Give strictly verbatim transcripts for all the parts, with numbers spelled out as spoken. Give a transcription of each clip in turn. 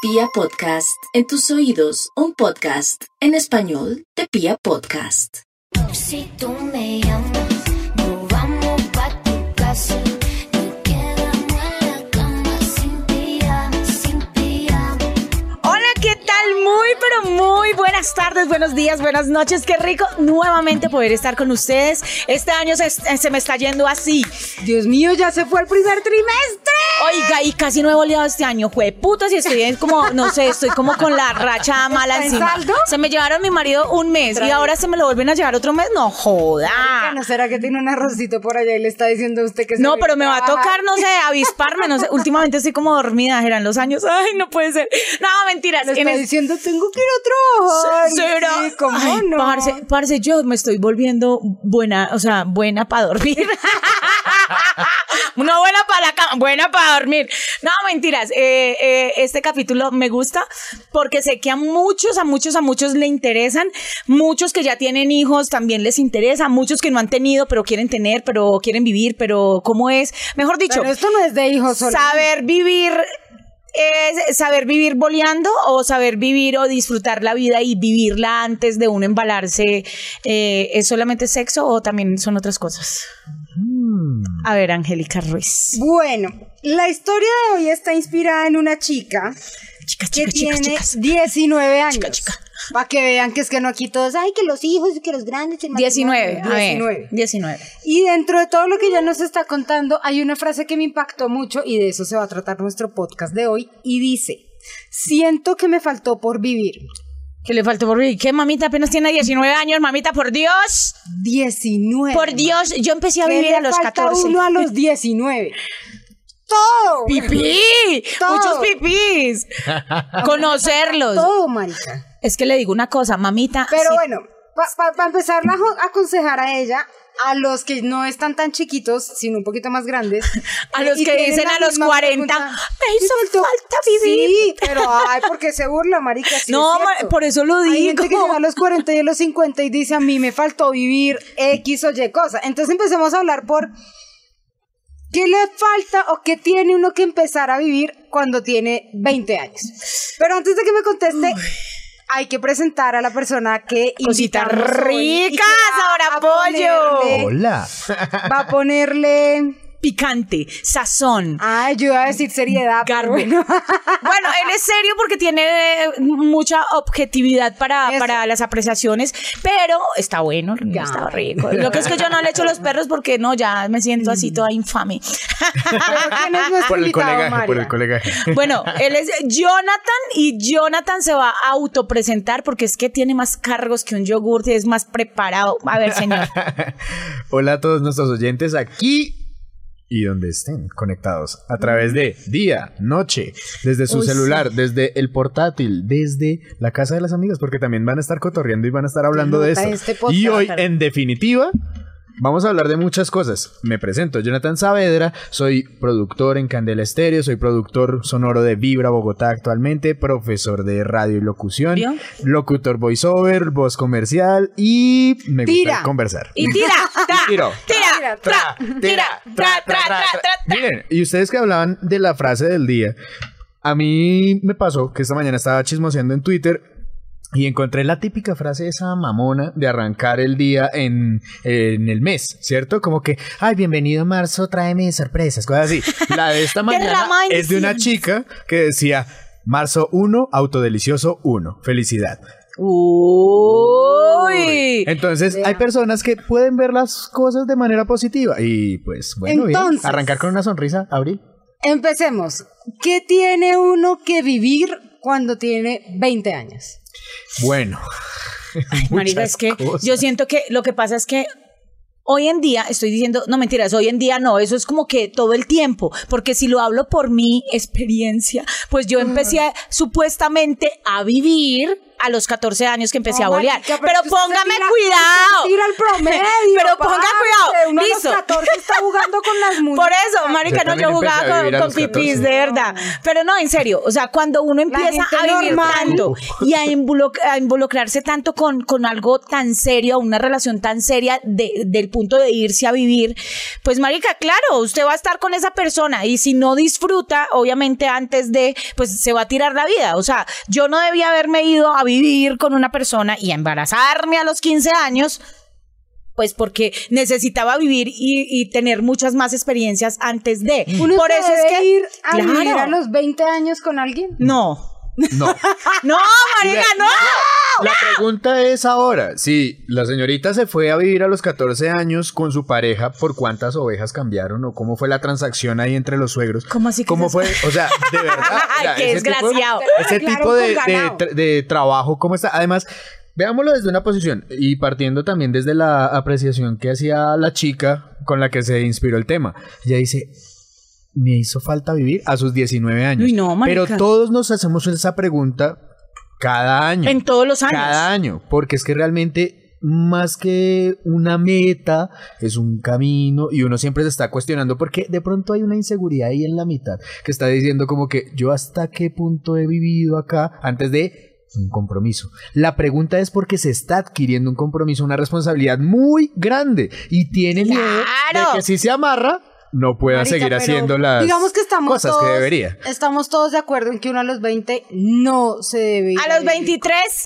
Pia Podcast, en tus oídos, un podcast en español de Pia Podcast. Si tú me llamas, nos vamos pa' tu casa. Nos quedamos en la cama sin pijama, sin pijama. Hola, ¿qué tal? Muy, pero muy buenas tardes, buenos días, buenas noches. Qué rico nuevamente poder estar con ustedes. Este año se, se me está yendo así. Dios mío, ya se fue el primer trimestre. Oiga, y casi no he boleado este año, jueputas, y estoy en como, no sé, estoy como con la racha mala ¿Está en encima. saldo? Se me llevaron a mi marido un mes Trae. y ahora se me lo vuelven a llevar otro mes. No joda. ¿No será que tiene un arrocito por allá y le está diciendo a usted que se No, ve pero me va a trabajar? tocar, no sé, avisparme, no sé. Últimamente estoy como dormida, eran los años. Ay, no puede ser. No, mentiras. Le En está es- diciendo, tengo que ir a trabajar. ¿Será? Sí, ¿cómo Ay, no? Parce, parce, yo me estoy volviendo buena, o sea, buena para dormir. No buena para la cama, buena para dormir. No, mentiras. Eh, eh, este capítulo me gusta porque sé que a muchos, a muchos, a muchos le interesan. Muchos que ya tienen hijos también les interesa. Muchos que no han tenido, pero quieren tener, pero quieren vivir, pero ¿cómo es? Mejor dicho, Pero esto no es de hijos solo. saber vivir. ¿Es saber vivir boleando o saber vivir o disfrutar la vida y vivirla antes de uno embalarse? Eh, ¿Es solamente sexo o también son otras cosas? A ver, Angélica Ruiz. Bueno, la historia de hoy está inspirada en una chica Chicas, que chicas, chicas, tiene chicas. diecinueve años. Chica, chica. Para que vean que es que no aquí todos, ay, que los hijos, que los grandes. el diecinueve, a matrimonio. ver, diecinueve. Y dentro de todo lo que ella nos está contando, hay una frase que me impactó mucho y de eso se va a tratar nuestro podcast de hoy. Y dice, siento que me faltó por vivir. ¿Qué le faltó por vivir? ¿Qué, mamita? Apenas tiene diecinueve años, mamita, por Dios. diecinueve. Por Dios, yo empecé a ¿Qué vivir le a los falta catorce. uno a los diecinueve? Todo. ¡Pipí! Todo. Muchos pipís. Conocerlos. Todo, marica. Es que le digo una cosa, mamita. Pero si- bueno, para pa, pa empezar a jo- aconsejar a ella, a los que no están tan chiquitos, sino un poquito más grandes. A eh, los y que tienen dicen la a los misma cuarenta, pregunta, me hizo "¿Me faltó?". falta vivir. Sí, pero ay, porque se burla, marica. Sí No, es ma- cierto. por eso lo Hay gente que digo. llega a los cuarenta y a los cincuenta y dice, a mí me faltó vivir X o Y cosa. Entonces empecemos a hablar por qué le falta o qué tiene uno que empezar a vivir cuando tiene veinte años. Pero antes de que me conteste, hay que presentar a la persona que Cositas invitamos hoy y que ricas, va ahora a pollo. ponerle- Hola. Va a ponerle... Picante, sazón. Ay, yo iba a decir seriedad, pero Garbo. bueno. Bueno, él es serio porque tiene eh, mucha objetividad para, Eso. para las apreciaciones, pero está bueno, Ya. está rico. Lo que es que yo no le echo los perros porque no, ya me siento así toda infame. Pero ¿quién es nuestro Por el invitado, colegaje, por María? el colegaje. Bueno, él es Jonathan y Jonathan se va a autopresentar porque es que tiene más cargos que un yogur y es más preparado. A ver, señor. Hola a todos nuestros oyentes aquí y donde estén conectados a través de día, noche, desde su Uy, celular, sí. desde el portátil, desde la casa de las amigas, porque también van a estar cotorreando y van a estar hablando de nota esto. este podcast. Y hoy, en definitiva, vamos a hablar de muchas cosas. Me presento, Jonathan Saavedra, soy productor en Candela Estéreo, soy productor sonoro de Vibra Bogotá actualmente, profesor de radio y locución, ¿Vio? locutor voiceover, voz comercial y me Tira. gusta conversar. Y tira, tra, tiro. tira, tra, tira, tra, tra, tra, tra, tra. Miren, y ustedes que hablaban de la frase del día, a mí me pasó que esta mañana estaba chismoseando en Twitter y encontré la típica frase esa mamona de arrancar el día en, en el mes, ¿cierto? Como que, ay, bienvenido marzo, tráeme sorpresas, cosas así. La de esta mañana Derrama es de una indicientes. chica que decía, marzo uno, autodelicioso uno, felicidad. Uy. Entonces, Vea. hay personas que pueden ver las cosas de manera positiva y pues, bueno, bien, Entonces. arrancar con una sonrisa, Abril. Empecemos. ¿Qué tiene uno que vivir cuando tiene veinte años? Bueno. Marica, muchas es que cosas. yo siento que lo que pasa es que hoy en día, estoy diciendo, no mentiras, hoy en día no, eso es como que todo el tiempo, porque si lo hablo por mi experiencia, pues yo empecé a, supuestamente a vivir a los catorce años que empecé No, a bolear. marica, pero es que usted póngame tira- cuidado. usted tira el promedio. Pero ponga parce. cuidado. Uno Listo. a los catorce está jugando con las mujeres. Por eso, marica, Yo no, también yo empecé a jugaba vivir con, a con los pipís, catorce. de verdad. Pero no, en serio, o sea, cuando uno empieza gente a vivir normal. tanto y a, involuc- a involucrarse tanto con, con algo tan serio, una relación tan seria de- del punto de irse a vivir, pues marica, claro, usted va a estar con esa persona y si no disfruta, obviamente antes de, pues se va a tirar la vida. O sea, yo no debía haberme ido a vivir con una persona y a embarazarme a los quince años, pues porque necesitaba vivir y, y tener muchas más experiencias antes de. Uno Por se eso debe es que ir a claro. vivir a los veinte años con alguien. No. No. No, marica, no. La pregunta es ahora, si la señorita se fue a vivir a los catorce años con su pareja, ¿por cuántas ovejas cambiaron o cómo fue la transacción ahí entre los suegros? ¿Cómo así que ¿Cómo se- fue? O sea, de verdad. Ay, o sea, qué ese tipo- desgraciado. Ese Claro, tipo de, con de ganado. tra- de trabajo, ¿cómo está? Además, veámoslo desde una posición y partiendo también desde la apreciación que hacía la chica con la que se inspiró el tema. Ella dice, me hizo falta vivir a sus diecinueve años. Uy, no, marica. Pero todos nos hacemos esa pregunta cada año. En todos los años. Cada año, porque es que realmente más que una meta, es un camino y uno siempre se está cuestionando porque de pronto hay una inseguridad ahí en la mitad que está diciendo como que yo hasta qué punto he vivido acá antes de un compromiso. La pregunta es porque se está adquiriendo un compromiso, una responsabilidad muy grande y tiene miedo ¡Claro! de que si se amarra no pueda Marica, seguir pero haciendo las digamos que estamos cosas todos, que debería. Estamos todos de acuerdo en que uno a los veinte no se debe ir A los vivir. veintitrés,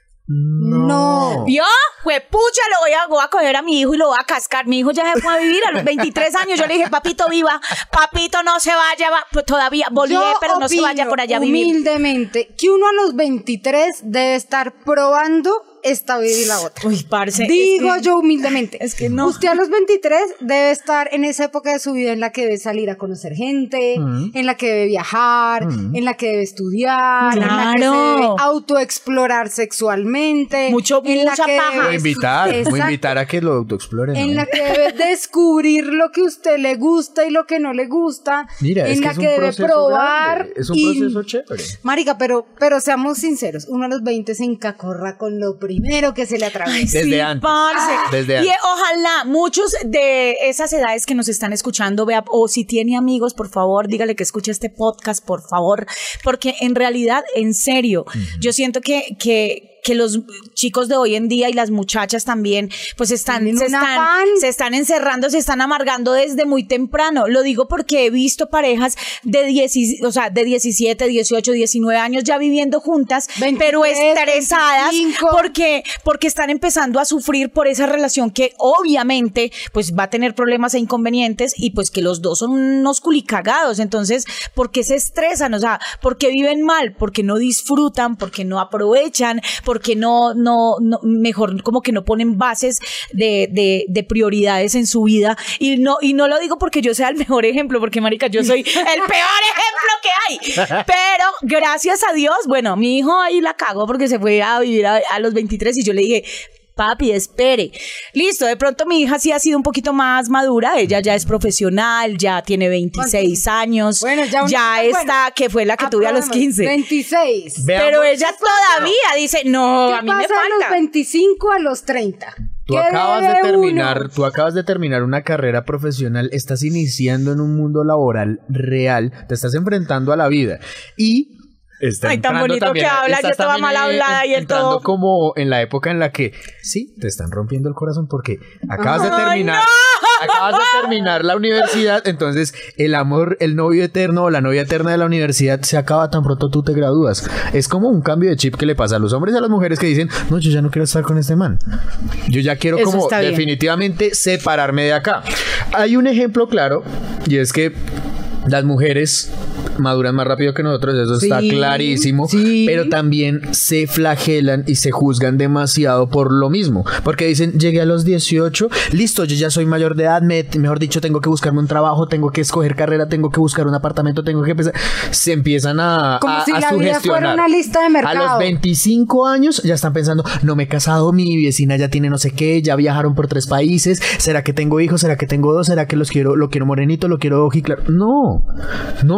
No. yo, juepucha, lo voy a, voy a coger a mi hijo y lo voy a cascar. Mi hijo ya se fue a vivir a los veintitrés años. Yo le dije, papito, viva. Papito, no se vaya. Va, pues todavía volví, Yo pero no se vaya opino por allá a vivir. humildemente que uno a los veintitrés debe estar probando esta vida y la otra. Uy, parce. Digo es que- yo humildemente. es que no. Usted a los veintitrés debe estar en esa época de su vida en la que debe salir a conocer gente, Mm. en la que debe viajar, Mm. en la que debe estudiar, en la que se Claro. debe autoexplorar sexualmente, Mucho- en la mucha que paja. debe Voy a invitar, voy a Exacto. invitar a que lo autoexploren. En ¿no? la que debe descubrir lo que a usted le gusta y lo que no le gusta. Mira, en es que la es que un debe proceso probar. grande, es un y- proceso chévere. Marica, pero, pero seamos sinceros, uno a los veinte se encacorra con lo primero que se le atraviesa. Desde Sí, antes. parce. Desde Y antes. eh, ojalá muchos de esas edades que nos están escuchando, vea, o si tiene amigos, por favor, dígale que escuche este podcast, por favor, porque en realidad, en serio, yo siento que, que, que los chicos de hoy en día y las muchachas también, pues están, Tienen se un están, afán. se están encerrando, se están amargando desde muy temprano. Lo digo porque he visto parejas de diez, o sea, de diecisiete, dieciocho, diecinueve años ya viviendo juntas, pero veintitrés, estresadas veinticinco. porque, porque están empezando a sufrir por esa relación que obviamente pues va a tener problemas e inconvenientes y pues que los dos son unos culicagados. Entonces, ¿por qué se estresan? O sea, ¿por qué viven mal? Porque no disfrutan, porque no aprovechan, porque no, no, no mejor como que no ponen bases de, de, de prioridades en su vida. Y no, y no lo digo porque yo sea el mejor ejemplo, porque marica, yo soy el peor ejemplo que hay. Pero gracias a Dios, bueno, mi hijo ahí la cagó porque se fue a vivir a, a los veintitrés y yo le dije, papi, espere. Listo, de pronto mi hija sí ha sido un poquito más madura, ella ya es profesional, ya tiene veintiséis años, Bueno, ya una- bueno, está, que fue la que tuve a los aprobemos. quince. veintiséis. Veamos. Pero ella todavía dice, no, ¿Qué a mí me pasa a los falta. veinticinco a los treinta? Tú ¿Qué acabas de debe terminar, uno? tú acabas de terminar una carrera profesional, estás iniciando en un mundo laboral real, te estás enfrentando a la vida y está Ay, tan entrando bonito también- que habla, estás yo toda también, mal eh, hablada y él entrando todo- como en la época en la que sí, te están rompiendo el corazón porque acabas de Ay, terminar, acabas de terminar la universidad, entonces el amor, el novio eterno o la novia eterna de la universidad se acaba tan pronto tú te gradúas. Es como un cambio de chip que le pasa a los hombres y a las mujeres que dicen, no, yo ya no quiero estar con este man. Yo ya quiero Eso como está bien. definitivamente separarme de acá. Hay un ejemplo claro y es que las mujeres maduran más rápido que nosotros, eso está Sí, clarísimo, sí. pero también se flagelan y se juzgan demasiado por lo mismo, porque dicen, llegué a los dieciocho, listo, yo ya soy mayor de edad, me- mejor dicho, tengo que buscarme un trabajo, tengo que escoger carrera, tengo que buscar un apartamento, tengo que empezar, se empiezan a, Como a, si a la vida sugestionar. fuera una lista de A mercado. los veinticinco años ya están pensando, no me he casado, mi vecina ya tiene no sé qué, ya viajaron por tres países, ¿será que tengo hijos? ¿Será que tengo dos? ¿Será que los quiero, lo quiero morenito, lo quiero ojiclaro? No, no,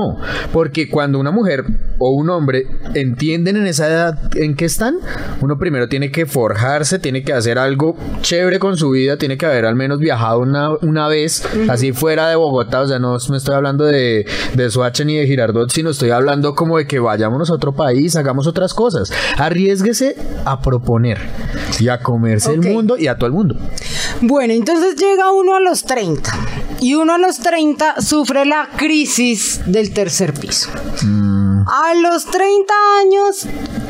Porque cuando una mujer o un hombre entienden en esa edad en que están, uno primero tiene que forjarse, tiene que hacer algo chévere con su vida, tiene que haber al menos viajado una, una vez, uh-huh. así fuera de Bogotá. O sea, no me estoy hablando de, de Soacha ni de Girardot, sino estoy hablando como de que vayámonos a otro país, hagamos otras cosas. Arriésguese a proponer y a comerse okay. el mundo y a todo el mundo. Bueno, entonces llega uno a los treinta y uno a los treinta sufre la crisis del tercer piso. Mm. A los treinta años,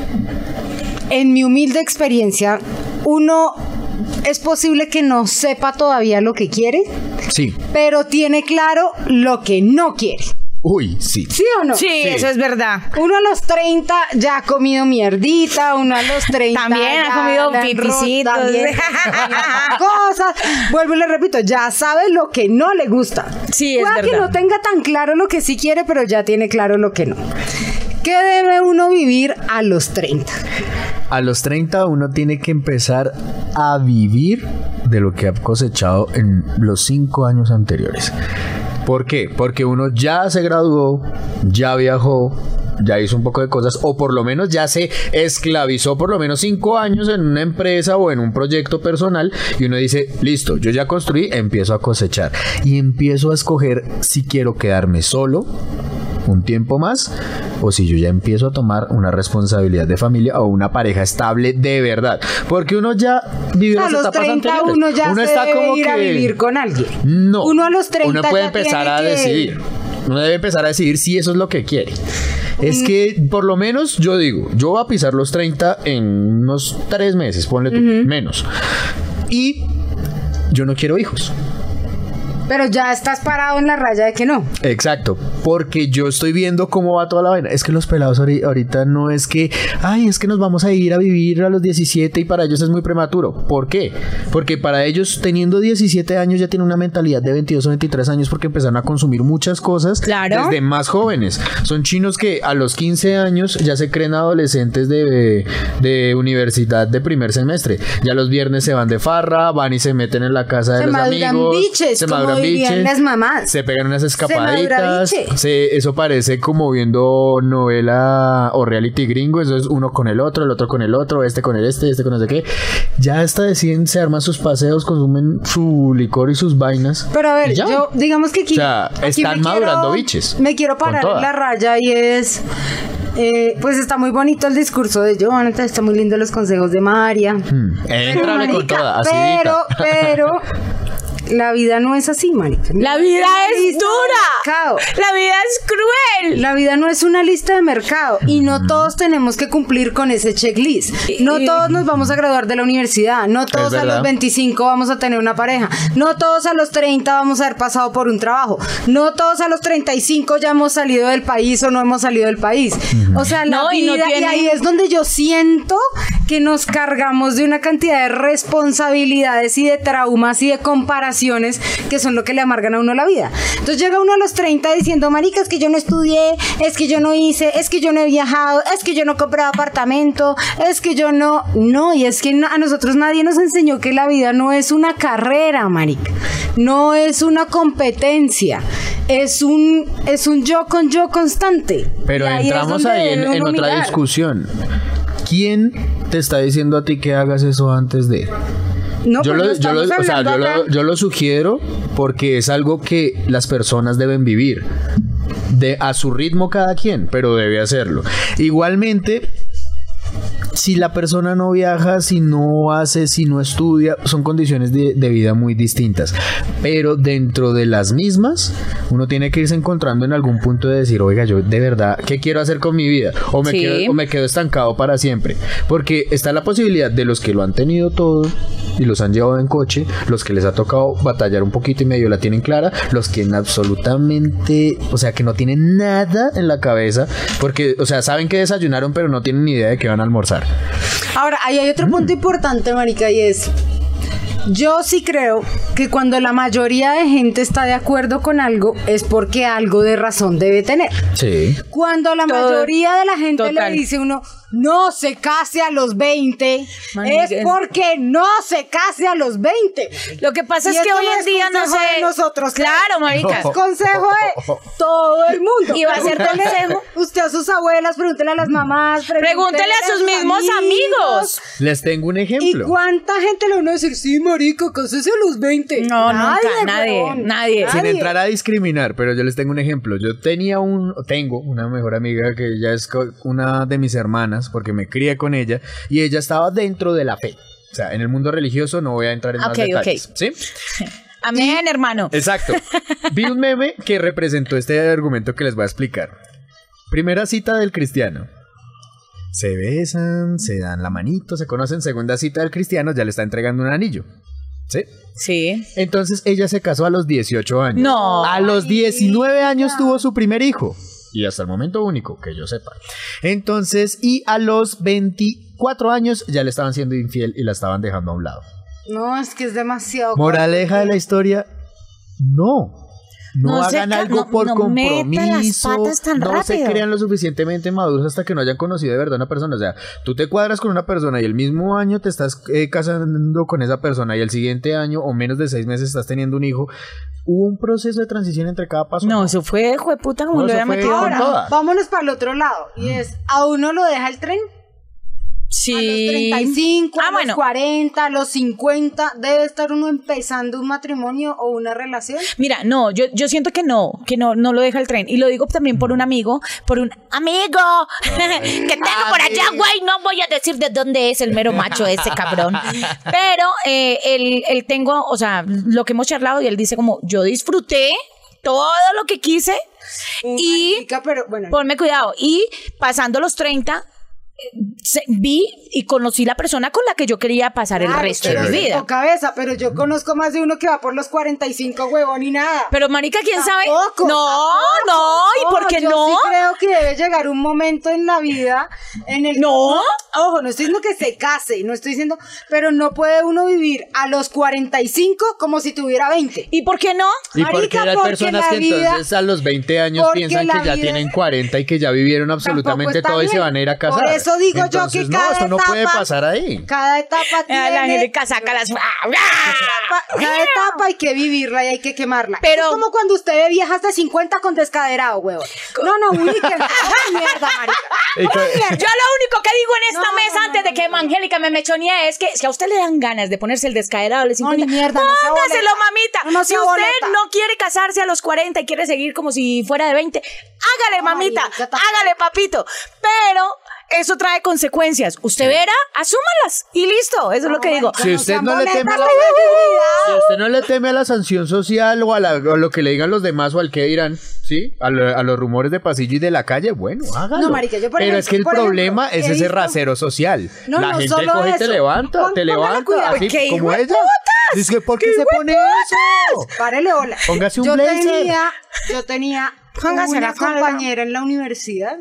en mi humilde experiencia, uno es posible que no sepa todavía lo que quiere, sí, pero tiene claro lo que no quiere. Uy, sí. ¿Sí o no? Sí, sí, eso es verdad. Uno a los treinta ya ha comido mierdita, uno a los treinta también ha comido pipicitos, cosas. Vuelvo y le repito, ya sabe lo que no le gusta. Sí, es Pueda verdad. que no tenga tan claro lo que sí quiere, pero ya tiene claro lo que no. ¿Qué debe uno vivir a los treinta? A los treinta uno tiene que empezar a vivir de lo que ha cosechado en los cinco años anteriores. ¿Por qué? Porque uno ya se graduó, ya viajó, ya hizo un poco de cosas, o por lo menos ya se esclavizó por lo menos cinco años en una empresa o en un proyecto personal, y uno dice, listo, yo ya construí, empiezo a cosechar y empiezo a escoger si quiero quedarme solo un tiempo más, o si yo ya empiezo a tomar una responsabilidad de familia o una pareja estable de verdad, porque uno ya vive a las los etapas treinta anteriores. Uno ya uno se está debe como ir que a vivir con alguien. No, uno a los treinta uno puede ya empezar tiene a que... decidir. Uno debe empezar a decidir si eso es lo que quiere. Es que por lo menos yo digo, yo voy a pisar los treinta en unos tres meses, ponle tú, uh-huh. menos. Y yo no quiero hijos. Pero ya estás parado en la raya de que no. Exacto, porque yo estoy viendo cómo va toda la vaina. Es que los pelados ahorita no es que, ay, es que nos vamos a ir a vivir a los diecisiete y para ellos es muy prematuro. ¿Por qué? Porque para ellos, teniendo diecisiete años, ya tienen una mentalidad de veintidós o veintitrés años, porque empezaron a consumir muchas cosas claro. desde más jóvenes. Son chinos que a los quince años ya se creen adolescentes de, de universidad de primer semestre. Ya los viernes se van de farra, van y se meten en la casa de se los amigos. Biches, se maduran dirían las mamás. Se pegan unas escapaditas. Se se, eso parece como viendo novela o reality gringo. Eso es uno con el otro, el otro con el otro, este con el este, este con no sé qué. Ya hasta deciden, se arman sus paseos, consumen su licor y sus vainas. Pero a ver, yo digamos que aquí, o sea, aquí están madurando biches. Me quiero parar en la raya y es... Eh, pues está muy bonito el discurso de Jonathan, está muy lindo los consejos de María. Hmm. Entrale con toda, pero, pero la vida no es así, marica. La vida es dura. La vida es cruel. La vida no es una lista de mercado y no todos tenemos que cumplir con ese checklist. No todos nos vamos a graduar de la universidad. No todos a los veinticinco vamos a tener una pareja. No todos a los treinta vamos a haber pasado por un trabajo. No todos a los treinta y cinco ya hemos salido del país o no hemos salido del país. O sea, la no, vida, y, no tiene... y ahí es donde yo siento que nos cargamos de una cantidad de responsabilidades y de traumas y de comparaciones que son lo que le amargan a uno la vida. Entonces llega uno a los treinta diciendo, marica, es que yo no estudié, es que yo no hice, es que yo no he viajado, es que yo no compré apartamento, es que yo no... No, y es que a nosotros nadie nos enseñó que la vida no es una carrera, marica. No es una competencia. Es un, es un yo con yo constante. Pero ahí entramos ahí en, en otra mirar. discusión. ¿Quién te está diciendo a ti que hagas eso antes de...? No, yo, lo, yo, lo, o sea, yo, lo, yo lo sugiero porque es algo que las personas deben vivir de, a su ritmo cada quien, pero debe hacerlo. Igualmente, si la persona no viaja, si no hace, si no estudia, son condiciones de, de vida muy distintas. Pero dentro de las mismas, uno tiene que irse encontrando en algún punto de decir, oiga, yo de verdad, ¿qué quiero hacer con mi vida? O me, sí. quedo, o me quedo estancado para siempre. Porque está la posibilidad de los que lo han tenido todo y los han llevado en coche, los que les ha tocado batallar un poquito y medio la tienen clara, los que absolutamente, o sea, que no tienen nada en la cabeza, porque, o sea, saben que desayunaron, pero no tienen ni idea de que van a almorzar. Ahora, ahí hay otro punto importante, marica, y es... Yo sí creo que cuando la mayoría de gente está de acuerdo con algo es porque algo de razón debe tener. Sí. Cuando la Todo, mayoría de la gente total. le dice a uno, no se case a los veinte, Marica, es porque no se case a los veinte. Lo que pasa Y es que esto hoy no en es día no consejo sé. de nosotros, Claro, marica. Es consejo de todo el mundo. Y va a ser Pregúntele consejo. Usted a sus abuelas, pregúntele a las mamás, Pregúntele a sus mismos amigos. Les tengo un ¿Y ejemplo. cuánta gente le van a decir, sí, marica, cásese a los veinte? No, nunca, nadie, huevón. nadie. Sin entrar a discriminar, pero yo les tengo un ejemplo. Yo tenía un, tengo una mejor amiga que ella es co- una de mis hermanas, porque me crié con ella, y ella estaba dentro de la fe. O sea, en el mundo religioso no voy a entrar en más Ok, detalles. ok. ¿Sí? Amén, hermano. Exacto. Vi un meme que representó este argumento que les voy a explicar. Primera cita del cristiano. Se besan, se dan la manito, se conocen. Segunda cita del cristiano, ya le está entregando un anillo. ¿Sí? Sí. Entonces ella se casó a los dieciocho años. No. A los diecinueve años tuvo su primer hijo. Y hasta el momento único, que yo sepa. Entonces, y a los veinticuatro años ya le estaban siendo infiel y la estaban dejando a un lado. No, es que es demasiado. Moraleja de la historia, no. No, No se hagan ca- algo no- por no meta las compromiso. patas tan No se rápido. crean lo suficientemente maduros hasta que no hayan conocido de verdad a una persona. O sea, tú te cuadras con una persona y el mismo año te estás eh, casando con esa persona y el siguiente año o menos de seis meses estás teniendo un hijo. Hubo un proceso de transición entre cada paso. No, eso fue, jueputa, como No, lo eso había fue metido con ahora. toda. Vámonos para el otro lado. Y es, a uno lo deja el tren. Sí. A los treinta y cinco, Ah, a los bueno. cuarenta, a los cincuenta, debe estar uno empezando un matrimonio o una relación. Mira, no, yo, yo siento que no, que no, no lo deja el tren. Y lo digo también por un amigo, por un amigo que tengo por allá, güey. No voy a decir de dónde es el mero macho ese cabrón. Pero eh, él, él tengo, o sea, lo que hemos charlado y él dice como, yo disfruté todo lo que quise y Marica, pero bueno. ponme cuidado. Y pasando los treinta, se- vi y conocí la persona con la que yo quería pasar el Claro, resto de pero mi sí, vida. o cabeza, pero yo conozco más de uno que va por los cuarenta y cinco, huevón, y nada. Pero marica, ¿quién sabe? Tampoco, No, tampoco. no, ¿y por qué yo no? sí creo que debe llegar un momento en la vida en el que No. uno- ojo, no estoy diciendo que se case, no estoy diciendo, pero no puede uno vivir a los cuarenta y cinco como si tuviera veinte. ¿Y por qué no? ¿Y por qué Marica, las porque personas la que vida- entonces a los veinte años porque piensan la que ya vida- tienen cuarenta y que ya vivieron absolutamente Tampoco está todo y se bien. van a ir a casar? Por eso digo yo Entonces, que no, cada esto no etapa, puede pasar ahí. Cada etapa Eh, tiene... La Angélica saca las... Cada etapa hay que vivirla y hay que quemarla. Pero- Es como cuando usted ve viejas de cincuenta con descaderado, huevón. No, no, weekend. ¡Oh, mierda, marica! Y co- Yo lo único que digo en esta No, mesa no, no, antes de no, que no. Angélica me mechonee es que si a usted le dan ganas de ponerse el descaderado, le No, ni mierda, no sea póngaselo, boleta. mamita. No, no si sea usted boleta. no quiere casarse a los cuarenta y quiere seguir como si fuera de veinte, hágale, mamita, marica, ta- hágale, papito. Pero eso trae consecuencias. Usted verá, asúmalas y listo. Eso es lo que digo. Si usted sean no le boletas teme a de la, felicidad. si usted no le teme a la sanción social o a, la- o a lo que le digan los demás o al que dirán, ¿sí? A, lo- a los rumores de pasillo y de la calle, bueno, hágalo. No, marica, yo por Pero ejemplo- es que el por problema ejemplo, es he ese visto- rasero social. No, la no, gente solo coge y te eso. levanta, Pon- te póngale levanta, cuidado. así ¡Qué como ella. hijueputas! Dice que, ¿por qué ¡Qué se pone eso? Párele hola. Póngase un yo blazer. Tenía, yo tenía Póngase una la falda. compañera en la universidad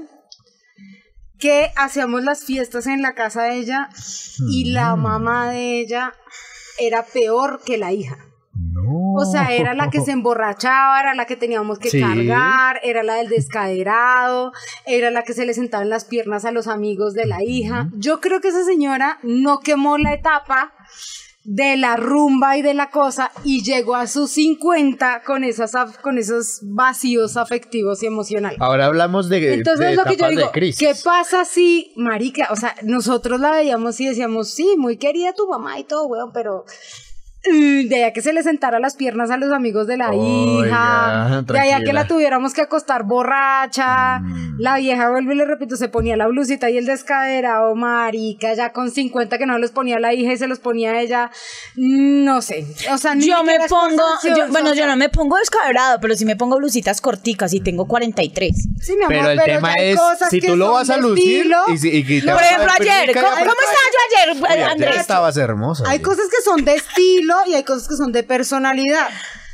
que hacíamos las fiestas en la casa de ella y la mamá de ella era peor que la hija. No. O sea, era la que se emborrachaba, era la que teníamos que Sí. cargar, era la del descaderado, era la que se le sentaba en las piernas a los amigos de la hija. Yo creo que esa señora no quemó la etapa de la rumba y de la cosa y llegó a sus cincuenta con esas af- con esos vacíos afectivos y emocionales. Ahora hablamos de, Entonces de lo que yo etapas digo, de crisis. ¿qué pasa si, marica, o sea, nosotros la veíamos y decíamos, sí, muy querida tu mamá y todo, weón, pero mm, de allá que se le sentara las piernas a los amigos de la Oiga, hija, de allá que tranquila. la tuviéramos que acostar borracha, Mm. la vieja, vuelvo y le repito, se ponía la blusita y el descaderado, marica, ya con cincuenta que no los ponía la hija y se los ponía ella, mm, no sé, o sea, ni Yo me siquiera es por pongo, sanción yo- bueno, yo social. no me pongo descaderado, pero sí me pongo blusitas corticas y tengo cuarenta y tres. Sí, mi amor, Pero el tema ya hay es, cosas si que tú lo son vas a de lucir estilo. y, si- y que te Por vas a ejemplo, ver ayer, rica y ¿cómo, cómo apretada. estaba yo ayer, Uy, ayer Andrés? estabas hermosa. Hay oye. cosas que son de estilo y hay cosas que son de personalidad.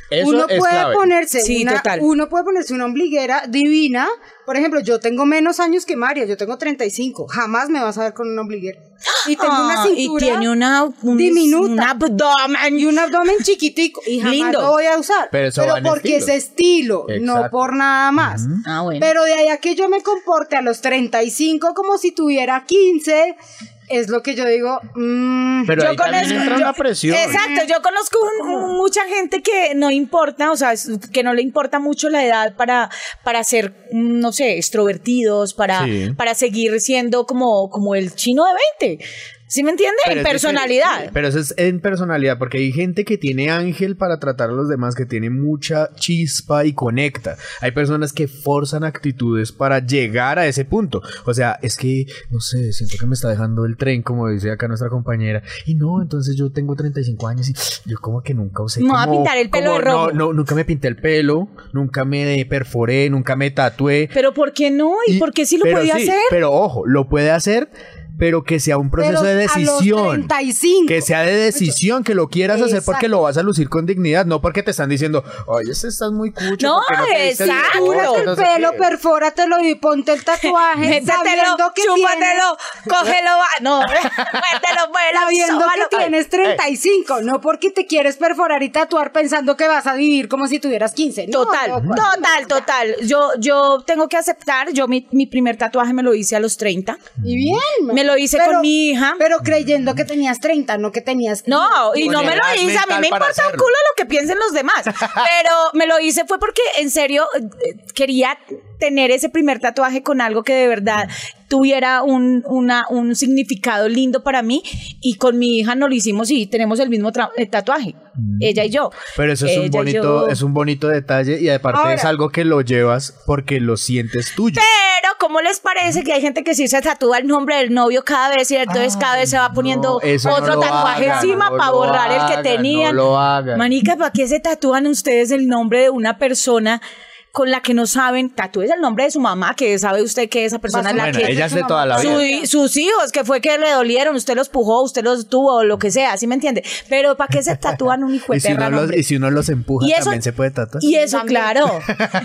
Eso uno es puede clave. ponerse Sí, una, total. uno puede ponerse una ombliguera divina. Por ejemplo, yo tengo menos años que María, yo tengo treinta y cinco. Jamás me vas a ver con una ombliguera. Y tengo una Ah, cintura y tiene una, un, diminuta. un abdomen. y un abdomen chiquitico y jamás Lindo. lo voy a usar. Pero eso va en porque estilo. es estilo, no Exacto. por nada más. Ah, bueno. Pero de ahí a que yo me comporte a los treinta y cinco como si tuviera quince, es lo que yo digo. mm, Pero Yo ahí también conozco- entra yo- una presión. Exacto, yo conozco un- un- mucha gente que no importa, o sea, es- que no le importa mucho la edad para, para ser, mm, no sé, extrovertidos, para, Sí. para seguir siendo como, como el chino de veinte. ¿Sí me entiende? Pero En es personalidad. diferente. Pero eso es en personalidad, porque hay gente que tiene ángel para tratar a los demás, que tiene mucha chispa y conecta. Hay personas que forzan actitudes para llegar a ese punto. O sea, es que, no sé, siento que me está dejando el tren, como dice acá nuestra compañera. Y no, entonces yo tengo treinta y cinco años y yo como que nunca usé Me voy a como- pintar el pelo como- de rojo. No, no, nunca me pinté el pelo, nunca me perforé, nunca me tatué. Pero ¿por qué no? ¿Y, por qué sí lo pero podía sí, hacer? Pero ojo, lo puede hacer, pero que sea un proceso pero de a los decisión. treinta y cinco. Que sea de decisión, que lo quieras hacer porque Exacto. lo vas a lucir con dignidad, no porque te están diciendo, oye, ese estás muy cucho. No, ¿por qué te diste el exacto. corte? Túrate No el sé pelo, qué". perfóratelo y ponte el tatuaje. Métetelo, sabiendo que chúpatelo, cógelo, va- no, mételo, vuela, Sabiendo sóbalo. que tienes treinta y cinco, no porque te quieres perforar y tatuar pensando que vas a vivir como si tuvieras quince. No, Total, no, pues, total, total. Yo, yo tengo que aceptar, yo mi, mi primer tatuaje me lo hice a los treinta. Y bien. Me lo hice Pero- con mi hija. Pero creyendo que tenías treinta, no que tenías No, y Con no me edad lo hice, a mí mental me para importa un hacerlo. culo lo que piensen los demás, pero me lo hice fue porque en serio eh, quería tener ese primer tatuaje con algo que de verdad tuviera un, una, un significado lindo para mí, y con mi hija nos lo hicimos y tenemos el mismo tra- eh, tatuaje, ella y yo. Pero eso es un Ella y bonito, yo. es un bonito detalle y aparte Ahora- es algo que lo llevas porque lo sientes tuyo. Pero, ¿cómo les parece que hay gente que sí se tatúa el nombre del novio cada vez y entonces cada vez se va poniendo no, eso no otro lo tatuaje hagan, encima no para lo borrar el hagan, que tenían? no lo hagan. Manica, ¿para qué se tatúan ustedes el nombre de una persona con la que no saben? Tatúes el nombre de su mamá, que sabe usted que esa persona es la Bueno, que... ella es de toda la Su- vida. sus hijos, que fue que le dolieron, usted los pujó, usted los tuvo, o lo que sea, ¿sí me entiende? Pero ¿para qué se tatúan un hijo de Y si, perra uno los, nombre? y si uno los empuja, Y eso- también se puede tatuar. Y eso, También. claro.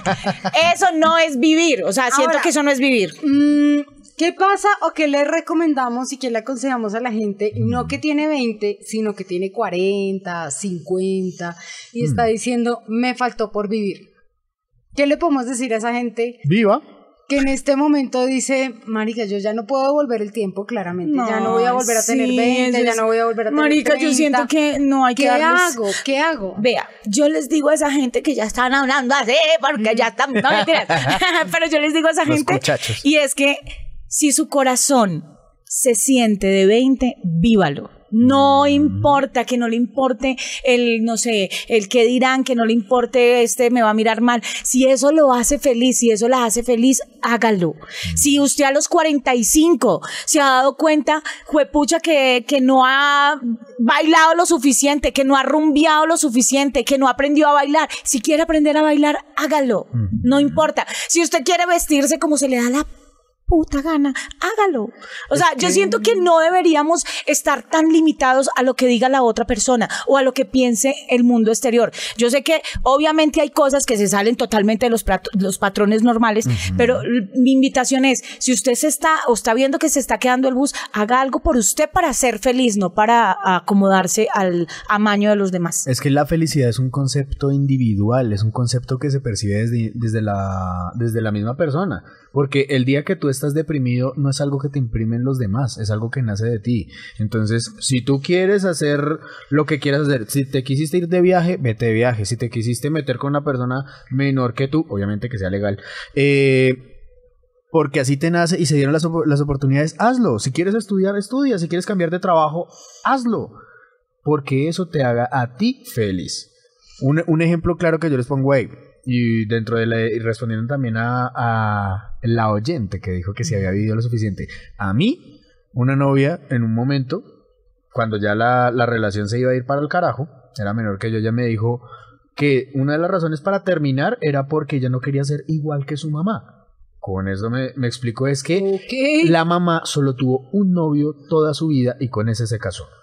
Eso no es vivir. O sea, siento Ahora- que eso no es vivir. Mm, ¿qué pasa o qué le recomendamos y qué le aconsejamos a la gente? No que tiene veinte, sino que tiene cuarenta, cincuenta y está diciendo, me faltó por vivir. ¿Qué le podemos decir a esa gente Viva. que en este momento dice, marica, yo ya no puedo devolver el tiempo, claramente, ya no voy a volver a tener sí, veinte, eso ya es- no voy a volver a tener Marica, yo treinta. siento que no hay que ¿Qué darles- hago? ¿Qué hago? Vea, yo les digo a esa gente que ya están hablando así, porque ya están, no mentiras, pero yo les digo a esa Los gente, muchachos. y es que si su corazón se siente de veinte, vívalo. No importa, que no le importe el, no sé, el que dirán, que no le importe este me va a mirar mal. Si eso lo hace feliz, si eso la hace feliz, hágalo. Si usted a los cuarenta y cinco se ha dado cuenta, juepucha, que, que no ha bailado lo suficiente, que no ha rumbeado lo suficiente, que no aprendió a bailar, si quiere aprender a bailar, hágalo. No importa. Si usted quiere vestirse como se le da la puta gana, hágalo. O sea, yo siento que no deberíamos estar tan limitados a lo que diga la otra persona o a lo que piense el mundo exterior. Yo sé que obviamente hay cosas que se salen totalmente de los, prato- los patrones normales, pero l- mi invitación es, si usted se está o está viendo que se está quedando el bus, haga algo por usted para ser feliz, no para acomodarse al amaño de los demás. Es que la felicidad es un concepto individual, es un concepto que se percibe desde, desde, la, desde la misma persona. Porque el día que tú estás deprimido no es algo que te imprimen los demás, es algo que nace de ti. Entonces, si tú quieres hacer lo que quieras hacer, si te quisiste ir de viaje, vete de viaje. Si te quisiste meter con una persona menor que tú, obviamente que sea legal, eh... porque así te nace y se dieron las, op- las oportunidades, hazlo. Si quieres estudiar, estudia. Si quieres cambiar de trabajo, hazlo. Porque eso te haga a ti feliz. Un, un ejemplo claro que yo les pongo ahí, y dentro de la, y respondiendo también a, a la oyente que dijo que si había vivido lo suficiente. A mí, una novia, en un momento, cuando ya la, la relación se iba a ir para el carajo, era menor que yo, ella me dijo que una de las razones para terminar era porque ella no quería ser igual que su mamá. Con eso me, me explicó es que Ok. la mamá solo tuvo un novio toda su vida y con ese se casó.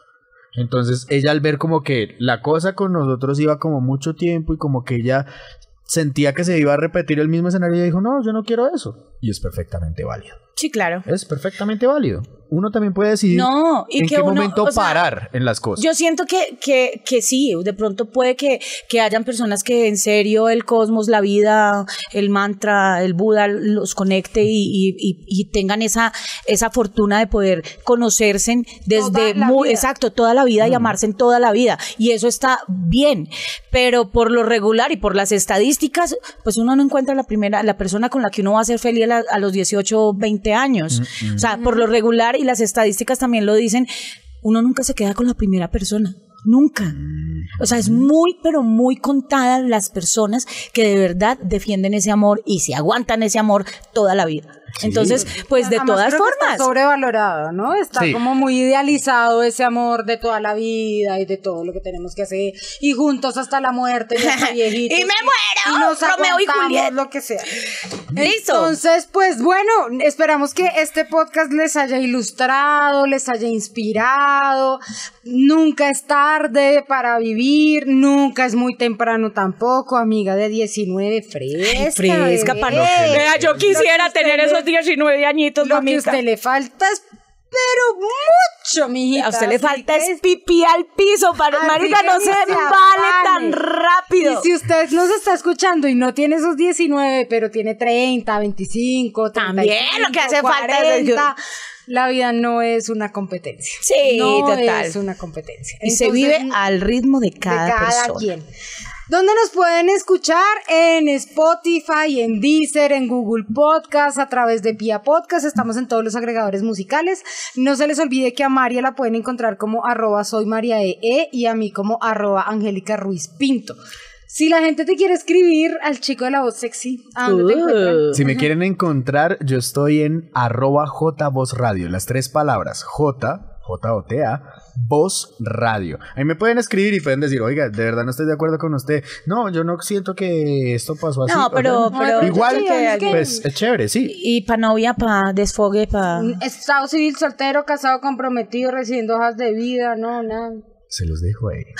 Entonces ella al ver como que la cosa con nosotros iba como mucho tiempo y como que ella sentía que se iba a repetir el mismo escenario, ella dijo, no, yo no quiero eso. Y es perfectamente válido. Sí, claro. Es perfectamente válido. Uno también puede decidir No, y en que qué uno, momento o sea, parar en las cosas. Yo siento que, que, que sí, de pronto puede que, que hayan personas que en serio el cosmos, la vida, el mantra, el Buda los conecte y, y, y, y tengan esa, esa fortuna de poder conocerse desde Toda la muy, vida. exacto, toda la vida y amarse en toda la vida. Y eso está bien. Pero por lo regular y por las estadísticas, pues uno no encuentra la primera, la persona con la que uno va a ser feliz a, la- a los dieciocho, veinte años. Mm-hmm. O sea, por lo regular, y las estadísticas también lo dicen, uno nunca se queda con la primera persona. Nunca. O sea, es muy, pero muy contadas las personas que de verdad defienden ese amor y se aguantan ese amor toda la vida. Sí. Entonces, pues de Además, todas creo que formas. está sobrevalorado, ¿no? Está Sí. como muy idealizado ese amor de toda la vida y de todo lo que tenemos que hacer y juntos hasta la muerte y hasta viejitos. Y me muero, y nos Romeo y aguantamos Julieta. lo que sea. Listo. Entonces, pues bueno, esperamos que este podcast les haya ilustrado, les haya inspirado. Nunca es tarde para vivir, nunca es muy temprano tampoco, amiga de diecinueve, fresca. Ay, fresca, bebé. pa' no- Vea, yo quisiera Lo que tener usted esos diecinueve añitos, Lo que a mamita. usted le falta es, pero mucho, mijita. A usted le Así falta que- es pipí al piso, para Así marica, que no ni se se vale tan afane. rápido. Y si usted nos está escuchando y no tiene esos diecinueve, pero tiene treinta, veinticinco, También, treinta y cinco, lo que hace falta es- cuarenta, la vida no es una competencia. Sí, no total. es una competencia. Y se Entonces, vive al ritmo de cada, de cada persona. quien. ¿Dónde nos pueden escuchar? En Spotify, en Deezer, en Google Podcast, a través de Pia Podcast. Estamos en todos los agregadores musicales. No se les olvide que a María la pueden encontrar como arroba soy María E E y a mí como arroba Angélica Ruiz Pinto. Si la gente te quiere escribir al chico de la voz sexy, ¿a dónde te Uh. encuentran? Si me quieren encontrar, yo estoy en arroba jvoz radio, las tres palabras, J, J O T A, Voz Radio. Ahí me pueden escribir y pueden decir, oiga, de verdad no estoy de acuerdo con usted. No, yo no siento que esto pasó así. No, pero, O sea, pero igual, sí, es que- pues es chévere, sí. y pa' novia, pa' desfogue, pa'... Estado civil, soltero, casado, comprometido, recibiendo hojas de vida, no, nada. Se los dejo ahí.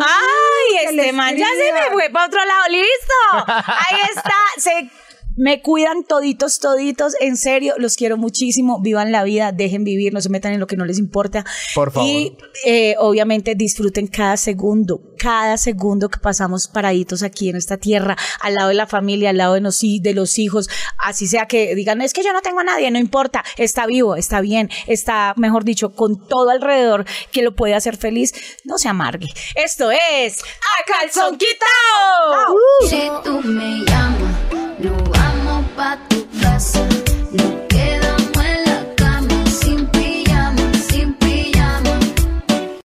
¡Ay! que Este le man ya se escriba. me fue para otro lado. ¡Listo! Ahí está. Se me cuidan toditos, toditos. En serio, los quiero muchísimo. Vivan la vida, dejen vivir, no se metan en lo que no les importa. Por favor. Y eh, obviamente disfruten cada segundo, cada segundo que pasamos paraditos aquí en esta tierra, al lado de la familia, al lado de los, hi- de los hijos. Así sea que digan, es que yo no tengo a nadie, no importa. Está vivo, está bien, está, mejor dicho, con todo alrededor que lo puede hacer feliz. No se amargue. Esto es A Calzón Quitao. Si tú me llamas, nos vamos pa' tu casa.